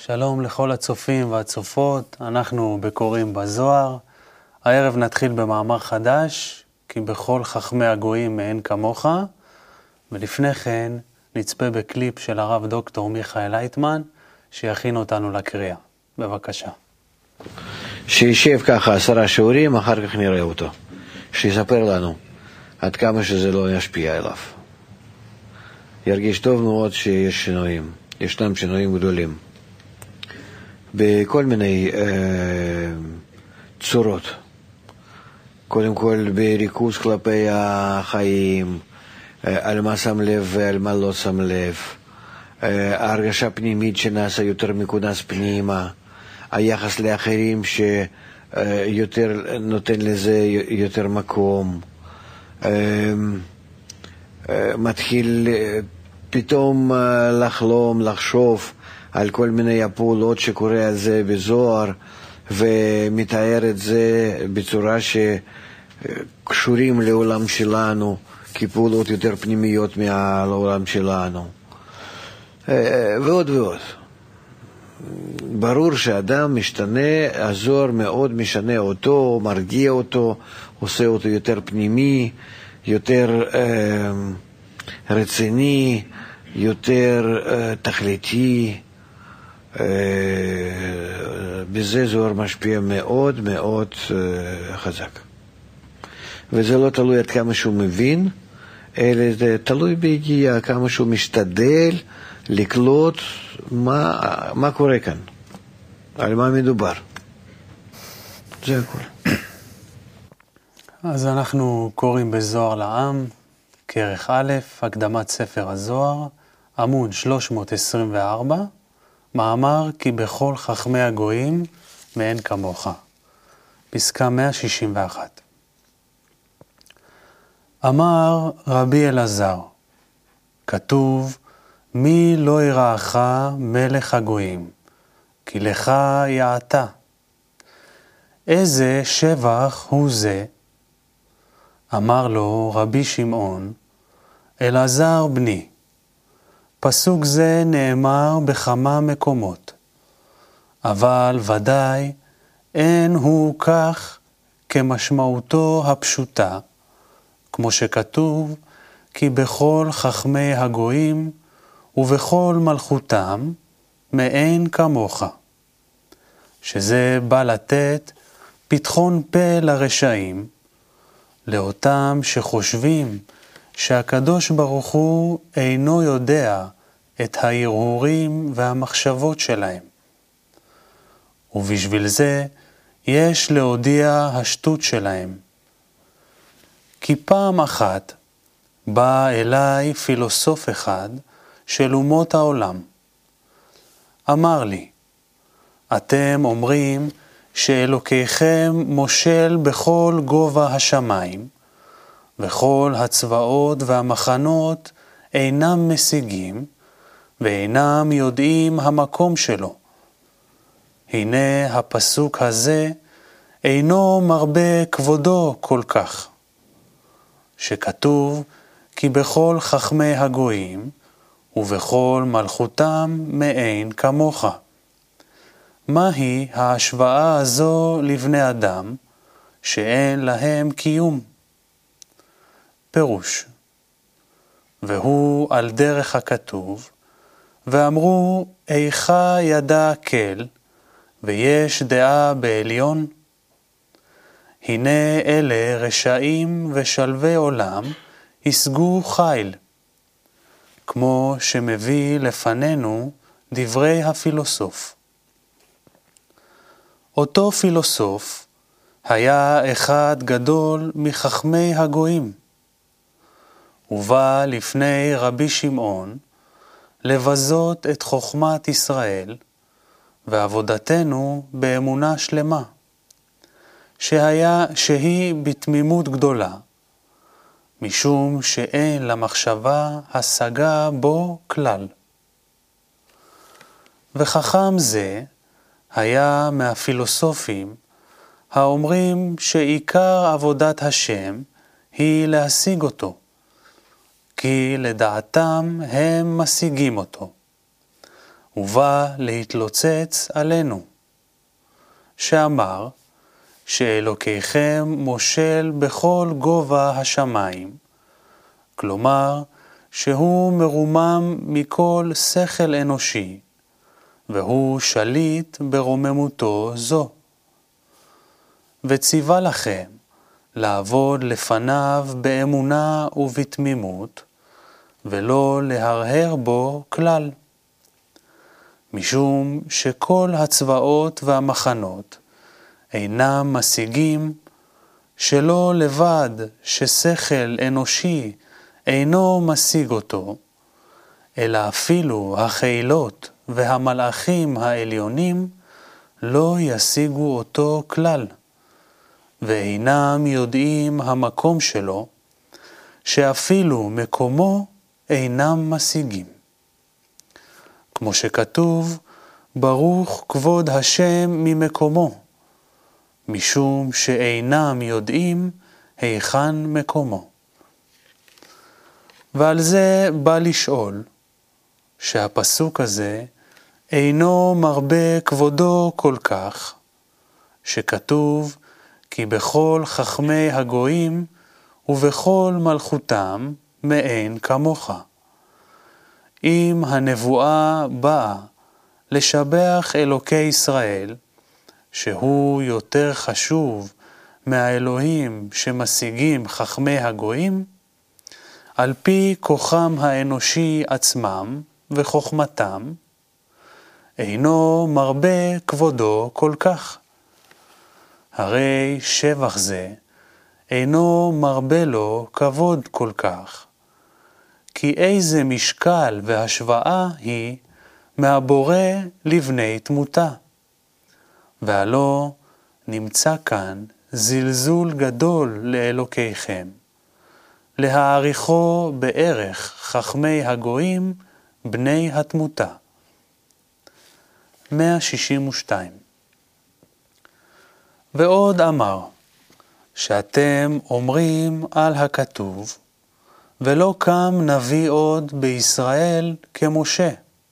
שלום לכל הצופים והצופות, אנחנו בקוראים בזוהר. הערב נתחיל במאמר חדש, כי בכל חכמי הגויים מאין כמוך, ולפני כן נצפה בקליפ של הרב דוקטור מיכאל לייטמן, שיכין אותנו לקריאה. בבקשה. שישב ככה 10 שיעורים, אחר כך נראה אותו. שיספר לנו עד כמה שזה לא ישפיע עליו. ירגיש טוב מאוד שיש שינויים, ישנם שינויים גדולים. בכל מיני צורות. קודם כל בריכוז כלפי החיים, על מה שם לב ועל מה לא שם לב. ההרגשה פנימית שנעשה יותר מכונס פנימה. היחס לאחרים שיותר נותן לזה יותר מקום. מתחיל פתאום לחלום, לחשוב על כל מיני הפעולות שקורה על זה בזוהר, ומתאר את זה בצורה שקשורים לעולם שלנו, כפעולות יותר פנימיות מהעולם שלנו. ועוד ועוד. ברור שאדם משתנה, הזוהר מאוד משנה אותו, מרגיע אותו, עושה אותו יותר פנימי, יותר רציני, יותר תכליתי. בזה זוהר משפיע מאוד מאוד חזק. וזה לא תלוי עד כמה שהוא מבין, אלא זה תלוי בהגיעה, כמה שהוא משתדל לקלוט מה קורה כאן, על מה מדובר. זה הכל. אז אנחנו קוראים בזוהר לעם, כרך א', הקדמת ספר הזוהר, עמוד 324, מאמר כי בכל חכמי הגויים מאין כמוך. פסקה 161. אמר רבי אלעזר, כתוב, מי לא יראך מלך הגויים, כי לך יעתה. איזה שבח הוא זה? אמר לו רבי שמעון, אלעזר בני, פסוק זה נאמר בכמה מקומות, אבל ודאי אין הוא כך כמשמעותו הפשוטה, כמו שכתוב, כי בכל חכמי הגויים ובכל מלכותם מאין כמוך, שזה בא לתת פתחון פה לרשעים, לאותם שחושבים שהקדוש ברוך הוא אינו יודע את ההרהורים והמחשבות שלהם. ובשביל זה יש להודיע השטות שלהם. כי פעם אחת בא אליי פילוסוף אחד של אומות העולם. אמר לי, אתם אומרים שאלוקיכם מושל בכל גובה השמיים, וכל הצבאות והמחנות אינם משיגים, ואינם יודעים המקום שלו. הנה הפסוק הזה אינו מרבה כבודו כל כך, שכתוב כי בכל חכמי הגויים ובכל מלכותם מאין כמוך. מהי ההשוואה הזו לבני אדם שאין להם קיום? פירוש, והוא על דרך הכתוב, ואמרו איכה ידע כל, ויש דעה בעליון. הנה אלה רשעים ושלבי עולם השגו חיל, כמו שמביא לפנינו דברי הפילוסוף. אותו פילוסוף היה אחד גדול מחכמי הגויים, ובא לפני רבי שמעון לבזות את חוכמת ישראל ועבודתנו באמונה שלמה, שהיא בתמימות גדולה, משום שאין למחשבה השגה בו כלל. וחכם זה היה מהפילוסופים האומרים שעיקר עבודת השם היא להשיג אותו, כי לדעתם הם משיגים אותו. ובא להתלוצץ עלינו, שאמר שאלוקיכם מושל בכל גובה השמיים, כלומר שהוא מרומם מכל שכל אנושי, והוא שליט ברוממותו זו. וציווה לכם לעבוד לפניו באמונה ובתמימות, ולא להרהר בו כלל. משום שכל הצבאות והמחנות אינם משיגים, שלא לבד ששכל אנושי אינו משיג אותו, אלא אפילו החילות והמלאכים העליונים לא ישיגו אותו כלל, ואינם יודעים המקום שלו, שאפילו מקומו אינם משיגים. כמו שכתוב, ברוך כבוד השם ממקומו, משום שאינם יודעים היכן מקומו. ועל זה בא לשאול, שהפסוק הזה אינו מרבה כבודו כל כך, שכתוב כי בכל חכמי הגויים ובכל מלכותם מאין כמוך. אם הנבואה באה לשבח אלוקי ישראל, שהוא יותר חשוב מהאלוהים שמשיגים חכמי הגויים, על פי כוחם האנושי עצמם וחוכמתם, אינו מרבה כבודו כל כך. הרי שבח זה אינו מרבה לו כבוד כל כך, כי איזה משקל והשוואה היא מהבורא לבני תמותה. והלא נמצא כאן זלזול גדול לאלוקיכם, להעריכו בערך חכמי הגויים בני התמותה. 162. ועוד אמר, שאתם אומרים על הכתוב, ולא קם נביא עוד בישראל כמשה.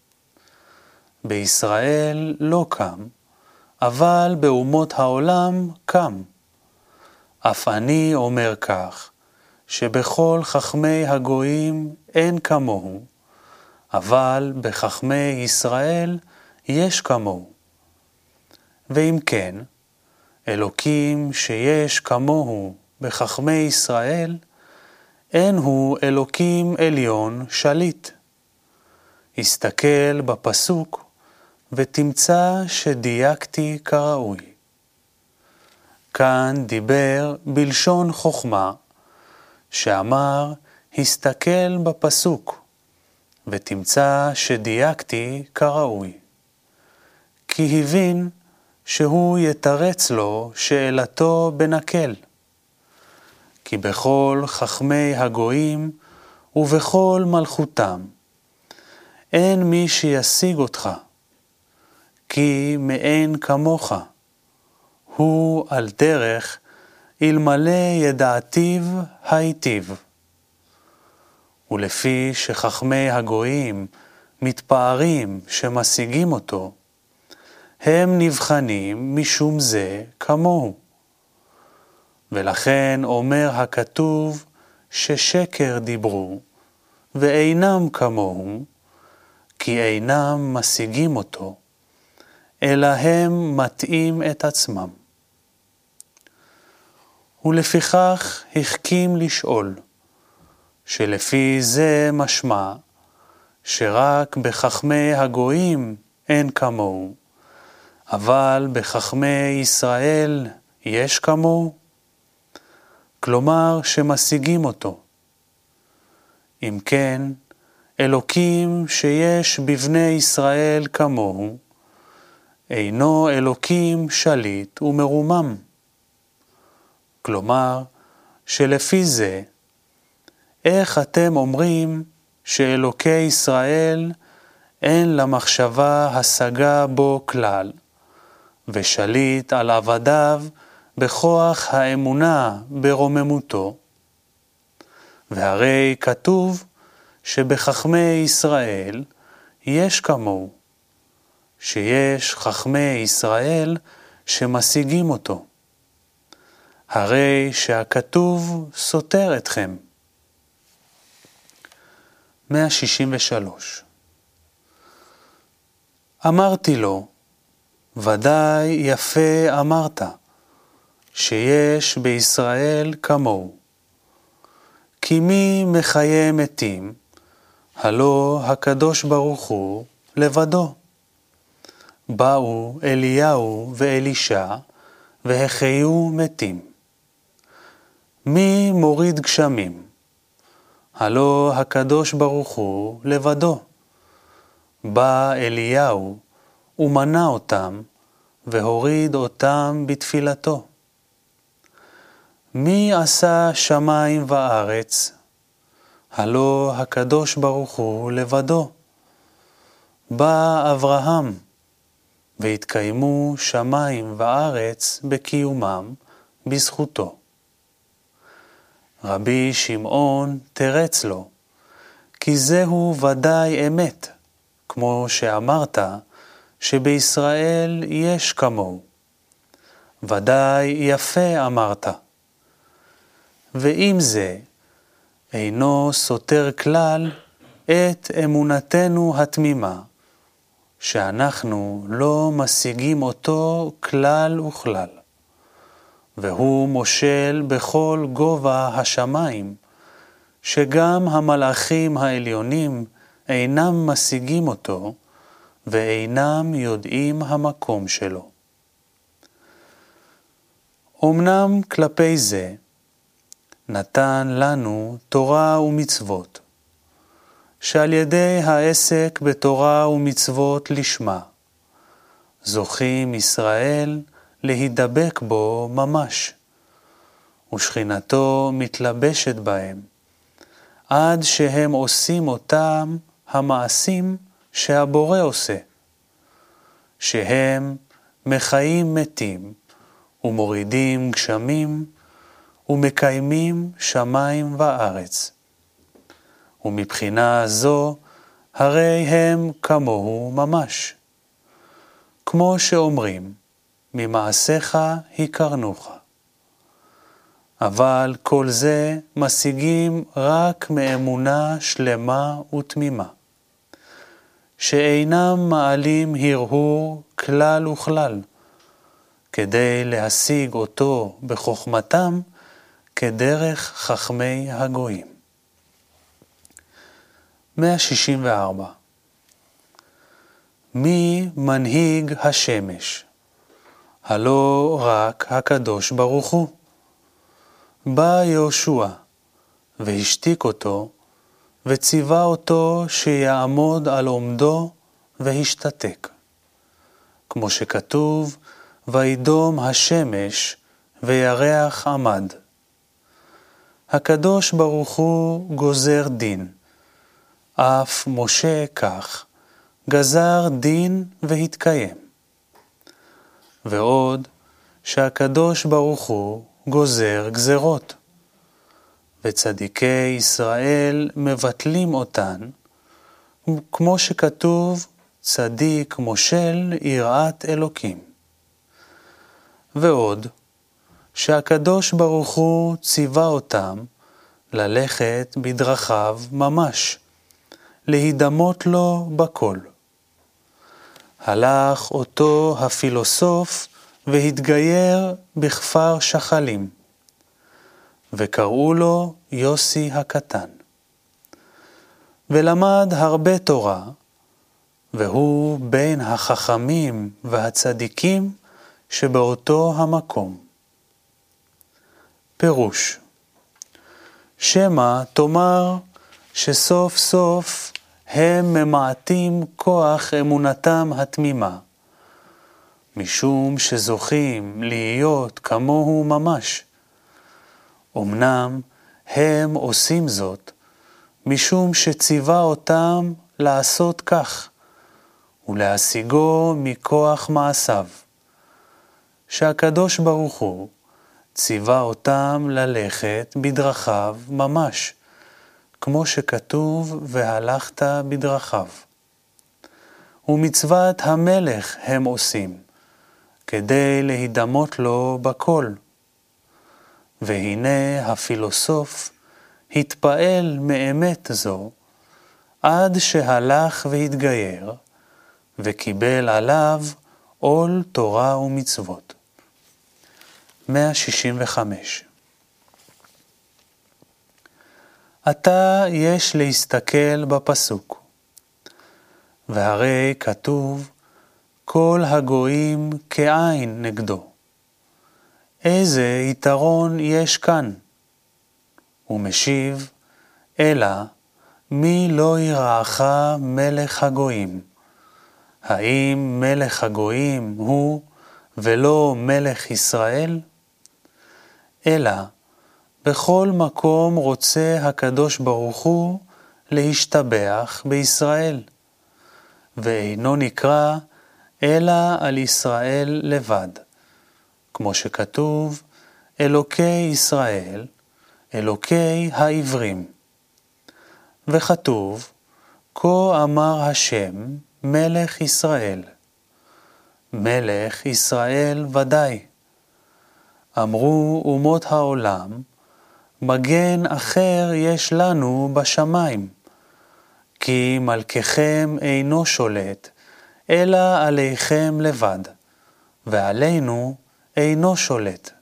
בישראל לא קם, אבל באומות העולם קם. אף אני אומר כך, שבכל חכמי הגויים אין כמוהו, אבל בחכמי ישראל יש כמוהו. ואם כן, אלוקים שיש כמוהו בחכמי ישראל, אין הוא אלוקים עליון שליט. הסתכל בפסוק ותמצא שדייקתי כראוי. כאן דיבר בלשון חוכמה, שאמר הסתכל בפסוק ותמצא שדייקתי כראוי. כי הבין שהוא יתרץ לו שאלתו בנקל. כי בכל חכמי הגויים ובכל מלכותם אין מי שישיג אותך, כי מאין כמוך, הוא על דרך אלמלא ידעתיו היטיב. ולפי שחכמי הגויים מתפארים שמשיגים אותו, הם נבחנים משום זה כמוהו. ולכן אומר הכתוב ששקר דיברו, ואינם כמוהו, כי אינם משיגים אותו, אלא הם מטעים את עצמם. ולפיכך החכים לשאול, שלפי זה משמע, שרק בחכמי הגויים אין כמוהו, אבל בחכמי ישראל יש כמוהו? כלומר שמשיגים אותו. אם כן, אלוקים שיש בבני ישראל כמוהו, אינו אלוקים שליט ומרומם. כלומר, שלפי זה, איך אתם אומרים שאלוקי ישראל אין למחשבה השגה בו כלל, ושליט על עבדיו בכוח האמונה ברוממותו? והרי כתוב שבחכמי ישראל יש כמוהו, שיש חכמי ישראל שמשיגים אותו. הרי שהכתוב סותר אתכם. 163. אמרתי לו, ודאי יפה אמרת, שיש בישראל כמוהו. כי מי מחיה מתים, הלא הקדוש ברוך הוא לבדו. באו אליהו ואלישע והחיו מתים. מי מוריד גשמים, הלא הקדוש ברוך הוא לבדו. בא אליהו ומנע אותם והוריד אותם בתפילתו. מי עשה שמיים וארץ, הלא הקדוש ברוך הוא לבדו. בא אברהם והתקיימו שמיים וארץ בקיומם בזכותו. רבי שמעון תרץ לו, כי זהו ודאי אמת, כמו שאמרת שבישראל יש כמוהו. ודאי יפה אמרת. ואם זה אינו סותר כלל את אמונתנו התמימה, שאנחנו לא משיגים אותו כלל וכלל, והוא מושל בכל גובה השמיים, שגם המלאכים העליונים אינם משיגים אותו, ואינם יודעים המקום שלו. אמנם כלפי זה נתן לנו תורה ומצוות, שעל ידי העסק בתורה ומצוות לשמה, זוכים ישראל להידבק בו ממש, ושכינתו מתלבשת בהם, עד שהם עושים אותם המעשים שהבורא עושה, שהם מחיים מתים ומורידים גשמים ומקיימים שמיים וארץ. ומבחינה זו הרי הם כמוהו ממש. כמו שאומרים, ממעשיך הכרנוך. אבל כל זה משיגים רק מאמונה שלמה ותמימה, שאינם מעלים הרהור כלל וכלל, כדי להשיג אותו בחוכמתם כדרך חכמי הגויים. 164. מי מנהיג השמש? הלא רק הקדוש ברוך הוא. בא יהושע והשתיק אותו וציווה אותו שיעמוד על עומדו והשתתק. כמו שכתוב, וידום השמש וירח עמד. הקדוש ברוך הוא גוזר דין. אף משה כך גזר דין והתקיים. ועוד שהקדוש ברוך הוא גוזר גזרות, וצדיקי ישראל מבטלים אותן, כמו שכתוב צדיק מושל יראת אלוקים. ועוד שהקדוש ברוך הוא ציווה אותם ללכת בדרכיו ממש, להידמות לו בכל. הלך אותו הפילוסוף והתגייר בכפר שחלים, וקראו לו יוסי הקטן. ולמד הרבה תורה, והוא בין החכמים והצדיקים שבאותו המקום. פירוש: שמא תאמר שסוף סוף הם ממעטים כוח אמונתם התמימה, משום שזוכים להיות כמוהו ממש. אמנם הם עושים זאת, משום שציווה אותם לעשות כך, ולהשיגו מכוח מעשיו, שהקדוש ברוך הוא ציווה אותם ללכת בדרכיו ממש, כמו שכתוב והלכת בדרכיו. ומצוות המלך הם עושים, כדי להידמות לו בכל. והנה הפילוסוף התפעל מאמת זו, עד שהלך והתגייר, וקיבל עליו עול תורה ומצוות. 165. עתה יש להסתכל בפסוק, והרי כתוב, כל הגויים כעין נגדו. איזה יתרון יש כאן? הוא משיב, אלא מי לא יראך מלך הגויים? האם מלך הגויים הוא ולא מלך ישראל? אלא בכל מקום רוצה הקדוש ברוך הוא להשתבח בישראל, ואינו נקרא אלא על ישראל לבד, כמו שכתוב, אלוקי ישראל, אלוקי העברים. וכתוב, כה אמר השם, מלך ישראל. מלך ישראל ודאי. אמרו אומות העולם, מגן אחר יש לנו בשמיים, כי מלככם אינו שולט, אלא עליכם לבד, ועלינו אינו שולט.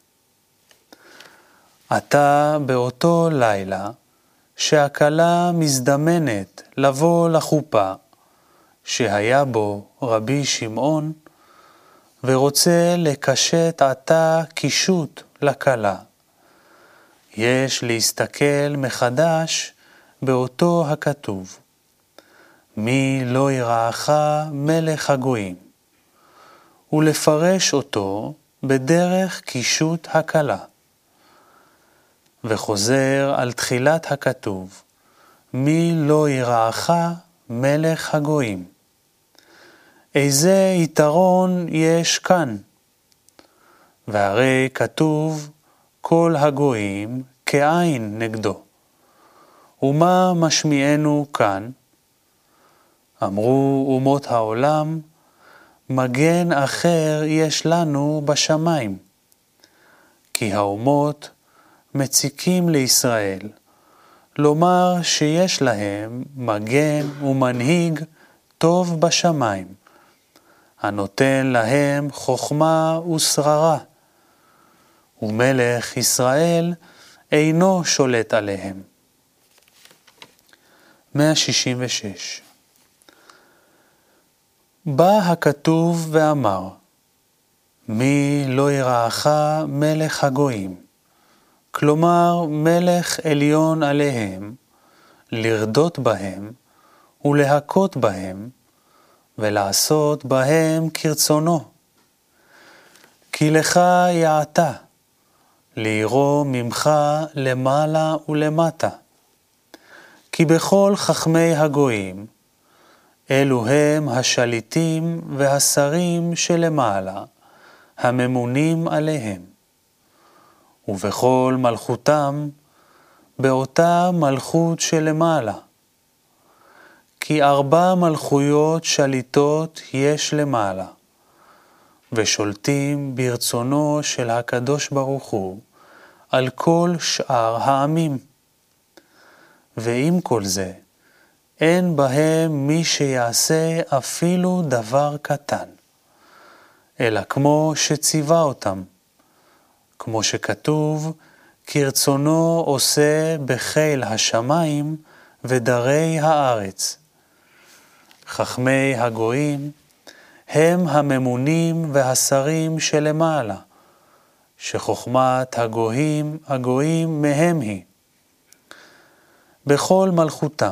עתה באותו לילה, שהכלה מזדמנת לבוא לחופה, שהיה בו רבי שמעון, ורוצה לקשט עתה קישוט לכלה. יש להסתכל מחדש באותו הכתוב, מי לא יראך מלך הגויים, ולפרש אותו בדרך קישוט הכלה. וחוזר על תחילת הכתוב, מי לא יראך מלך הגויים. איזה יתרון יש כאן? והרי כתוב, כל הגויים כעין נגדו. ומה משמיענו כאן? אמרו אומות העולם, מגן אחר יש לנו בשמיים. כי האומות מציקים לישראל, לומר שיש להם מגן ומנהיג טוב בשמיים, הנותן להם חוכמה ושררה, ומלך ישראל אינו שולט עליהם. 166. בא הכתוב ואמר, מי לא יראך מלך הגויים, כלומר מלך עליון עליהם, לרדות בהם ולהכות בהם, ולעשות בהם כרצונו. כי לך יעתה, לירו ממך למעלה ולמטה. כי בכל חכמי הגויים, אלו הם השליטים והשרים שלמעלה, הממונים עליהם. ובכל מלכותם, באותה מלכות שלמעלה. כי 4 מלכויות שליטות יש למעלה, ושולטים ברצונו של הקדוש ברוך הוא על כל שאר העמים. ועם כל זה, אין בהם מי שיעשה אפילו דבר קטן, אלא כמו שציווה אותם, כמו שכתוב, כרצונו עושה בחיל השמיים ודרי הארץ. חכמי הגויים הם הממונים והשרים שלמעלה, שחוכמת הגויים מהם היא. בכל מלכותם,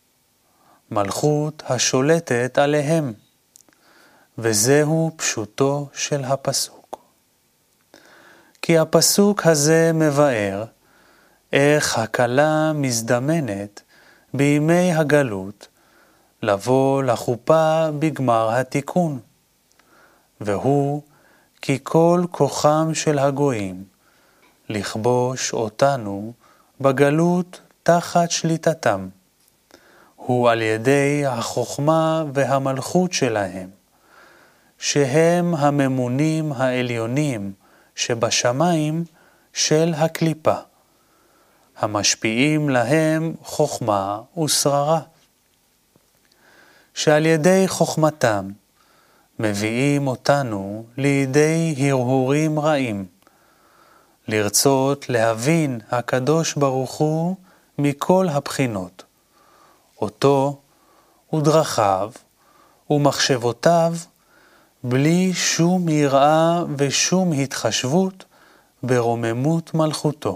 מלכות השולטת עליהם, וזהו פשוטו של הפסוק. כי הפסוק הזה מבאר איך הכלה מזדמנת בימי הגלות לבוא לחופה בגמר התיקון, והוא כי כל כוחם של הגויים לכבוש אותנו בגלות תחת שליטתם, הוא על ידי החוכמה והמלכות שלהם, שהם הממונים העליונים שבשמיים של הקליפה, המשפיעים להם חוכמה ושררה, שעל ידי חוכמתם מביאים אותנו לידי הרהורים רעים, לרצות להבין הקדוש ברוך הוא מכל הבחינות, אותו ודרכיו ומחשבותיו, בלי שום יראה ושום התחשבות ברוממות מלכותו.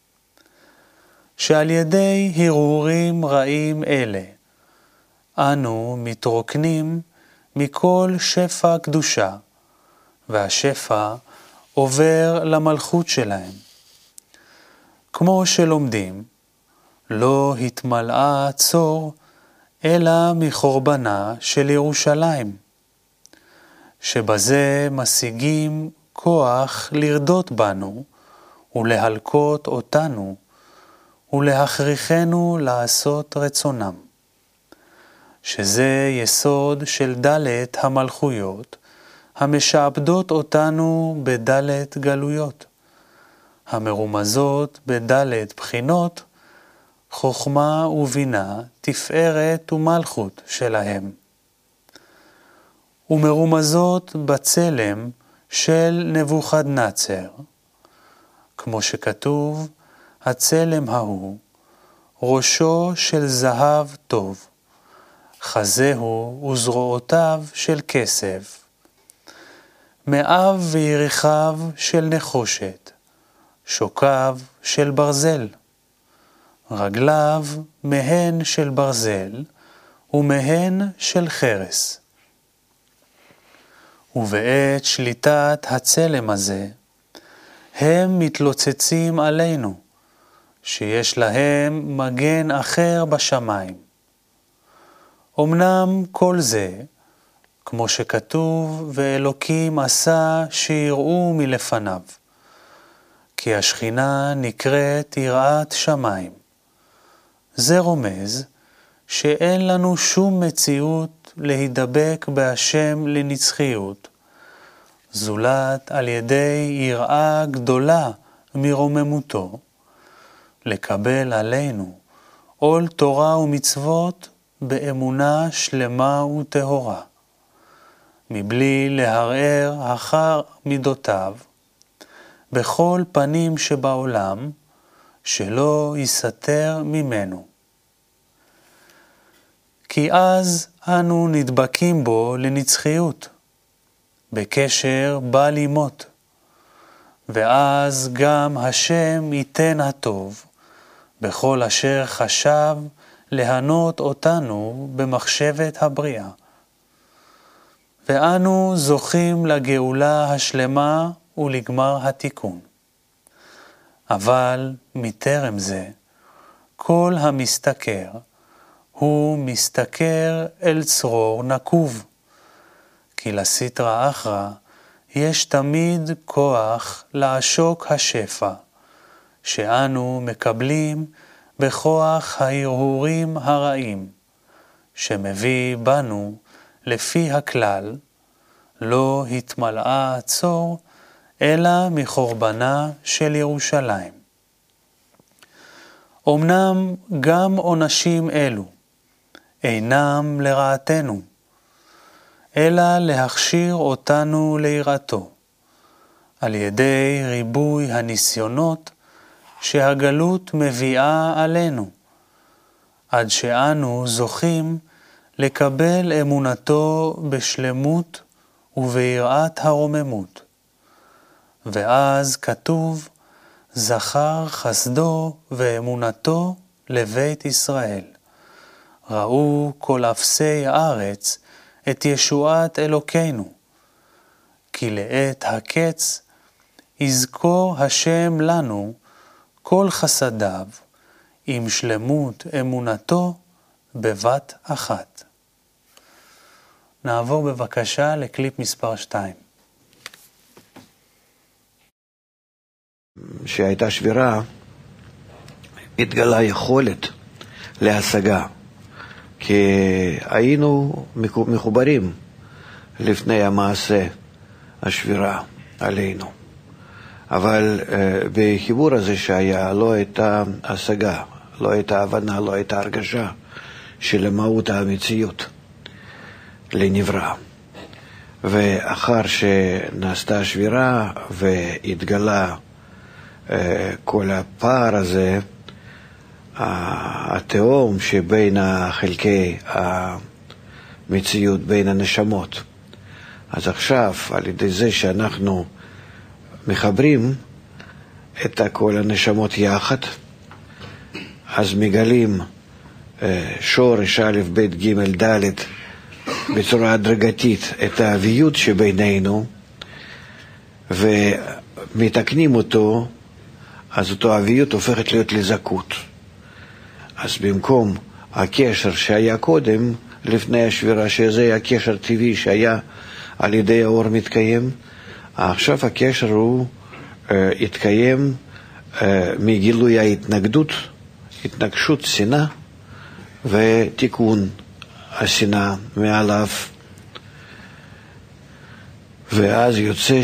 שעל ידי הרהורים רעים אלה, אנו מתרוקנים מכל שפע קדושה, והשפע עובר למלכות שלהם. כמו שלומדים, לא התמלאה הצור, אלא מחורבנה של ירושלים, שבזה משיגים כוח לרדות בנו ולהלקות אותנו ולהכריחנו לעשות רצונם, שזה יסוד של דלת המלכויות המשעבדות אותנו בדלת גלויות, המרומזות בדלת בחינות, חוכמה ובינה, תפארת ומלכות שלהם, ומרומזות בצלם של נבוכדנצר, כמו שכתוב, הצלם ההוא, ראשו של זהב טוב, חזהו וזרועותיו של כסף, מאיו ויריחיו של נחושת, שוקיו של ברזל, רגליו מהן של ברזל ומהן של חרס. ובעת שליטת הצלם הזה, הם מתלוצצים עלינו, שיש להם מגן אחר בשמיים. אמנם כל זה, כמו שכתוב, ואלוקים עשה שיראו מלפניו, כי השכינה נקראת יראת שמיים. זה רומז שאין לנו שום מציאות להידבק בהשם לנצחיות, זולת על ידי יראה גדולה מרוממותו, לקבל עלינו עול תורה ומצוות באמונה שלמה וטהורה, מבלי להרער אחר מידותיו, בכל פנים שבעולם, שלא יסתר ממנו. כי אז אנו נדבקים בו לנצחיות, בקשר בל ימות, ואז גם השם ייתן הטוב, בכל אשר חשב להנות אותנו במחשבת הבריאה. ואנו זוכים לגאולה השלמה ולגמר התיקון. אבל מטרם זה, כל המסתכר, הוא מסתכר אל צרור נקוב, כי לסטרא אחרא יש תמיד כוח לעשוק השפע, שאנו מקבלים בכוח ההרהורים הרעים, שמביא בנו לפי הכלל, לא התמלאה הצור, אלא מחורבנה של ירושלים. אמנם גם עונשים אלו אינם לרעתנו, אלא להכשיר אותנו ליראתו, על ידי ריבוי הניסיונות שהגלות מביאה עלינו, עד שאנו זוכים לקבל אמונתו בשלמות וביראת הרוממות. ואז כתוב, זכר חסדו ואמונתו לבית ישראל. ראו כל אפסי הארץ את ישועת אלוקינו, כי לעת הקץ יזכור השם לנו כל חסדיו עם שלמות אמונתו בבת אחת. נעבור בבקשה לקליפ מספר 2. שהייתה שבירה, התגלה יכולת להשגה. כי היינו מחוברים לפני המעשה, השבירה עלינו. אבל בחיבור הזה שהיה לא הייתה השגה, לא הייתה הבנה, לא הייתה הרגשה של מהות המציאות לנברא. ואחר שנעשתה השבירה והתגלה כל הפער הזה, התהום שבין חלקי המציאות, בין הנשמות. אז עכשיו, על ידי זה שאנחנו מחברים את כל הנשמות יחד, אז מגלים שורש א' ב' ג' ד' בצורה הדרגתית את האביות שבינינו, ומתקנים אותו, אז אותו האביות הופכת להיות לזכות. אז במקום הקשר שהיה קודם, לפני השבירה, שזה הקשר טבעי שהיה על ידי האור מתקיים, עכשיו הקשר הוא התקיים מגילוי ההתנגדות, התנגשות, שנאה, ותיקון השנאה מעליו. ואז יוצא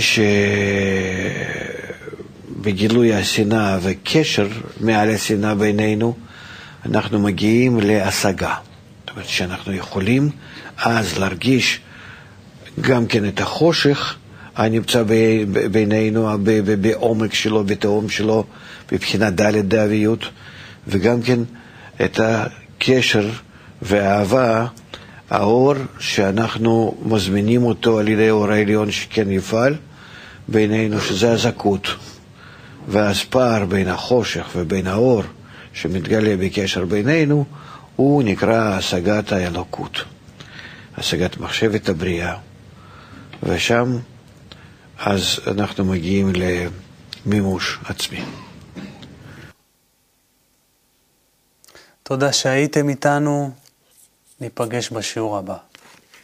שבגילוי השנאה וקשר מעל השנאה בינינו, אנחנו מגיעים להשגה. זאת אומרת שאנחנו יכולים אז להרגיש גם כן את החושך הנמצא בינינו, בעומק שלו, בתהום שלו, בבחינת ד' דאביות, וגם כן את הקשר והאהבה, האור שאנחנו מזמינים אותו על ידי האור העליון שכן יפעל בינינו, שזה הזכות. ואז פער בין החושך ובין האור שמתגלה בקשר בינינו, הוא נקרא השגת האלוקות, השגת מחשבת הבריאה. ושם אז אנחנו מגיעים למימוש עצמי. תודה שהייתם איתנו, ניפגש בשיעור הבא.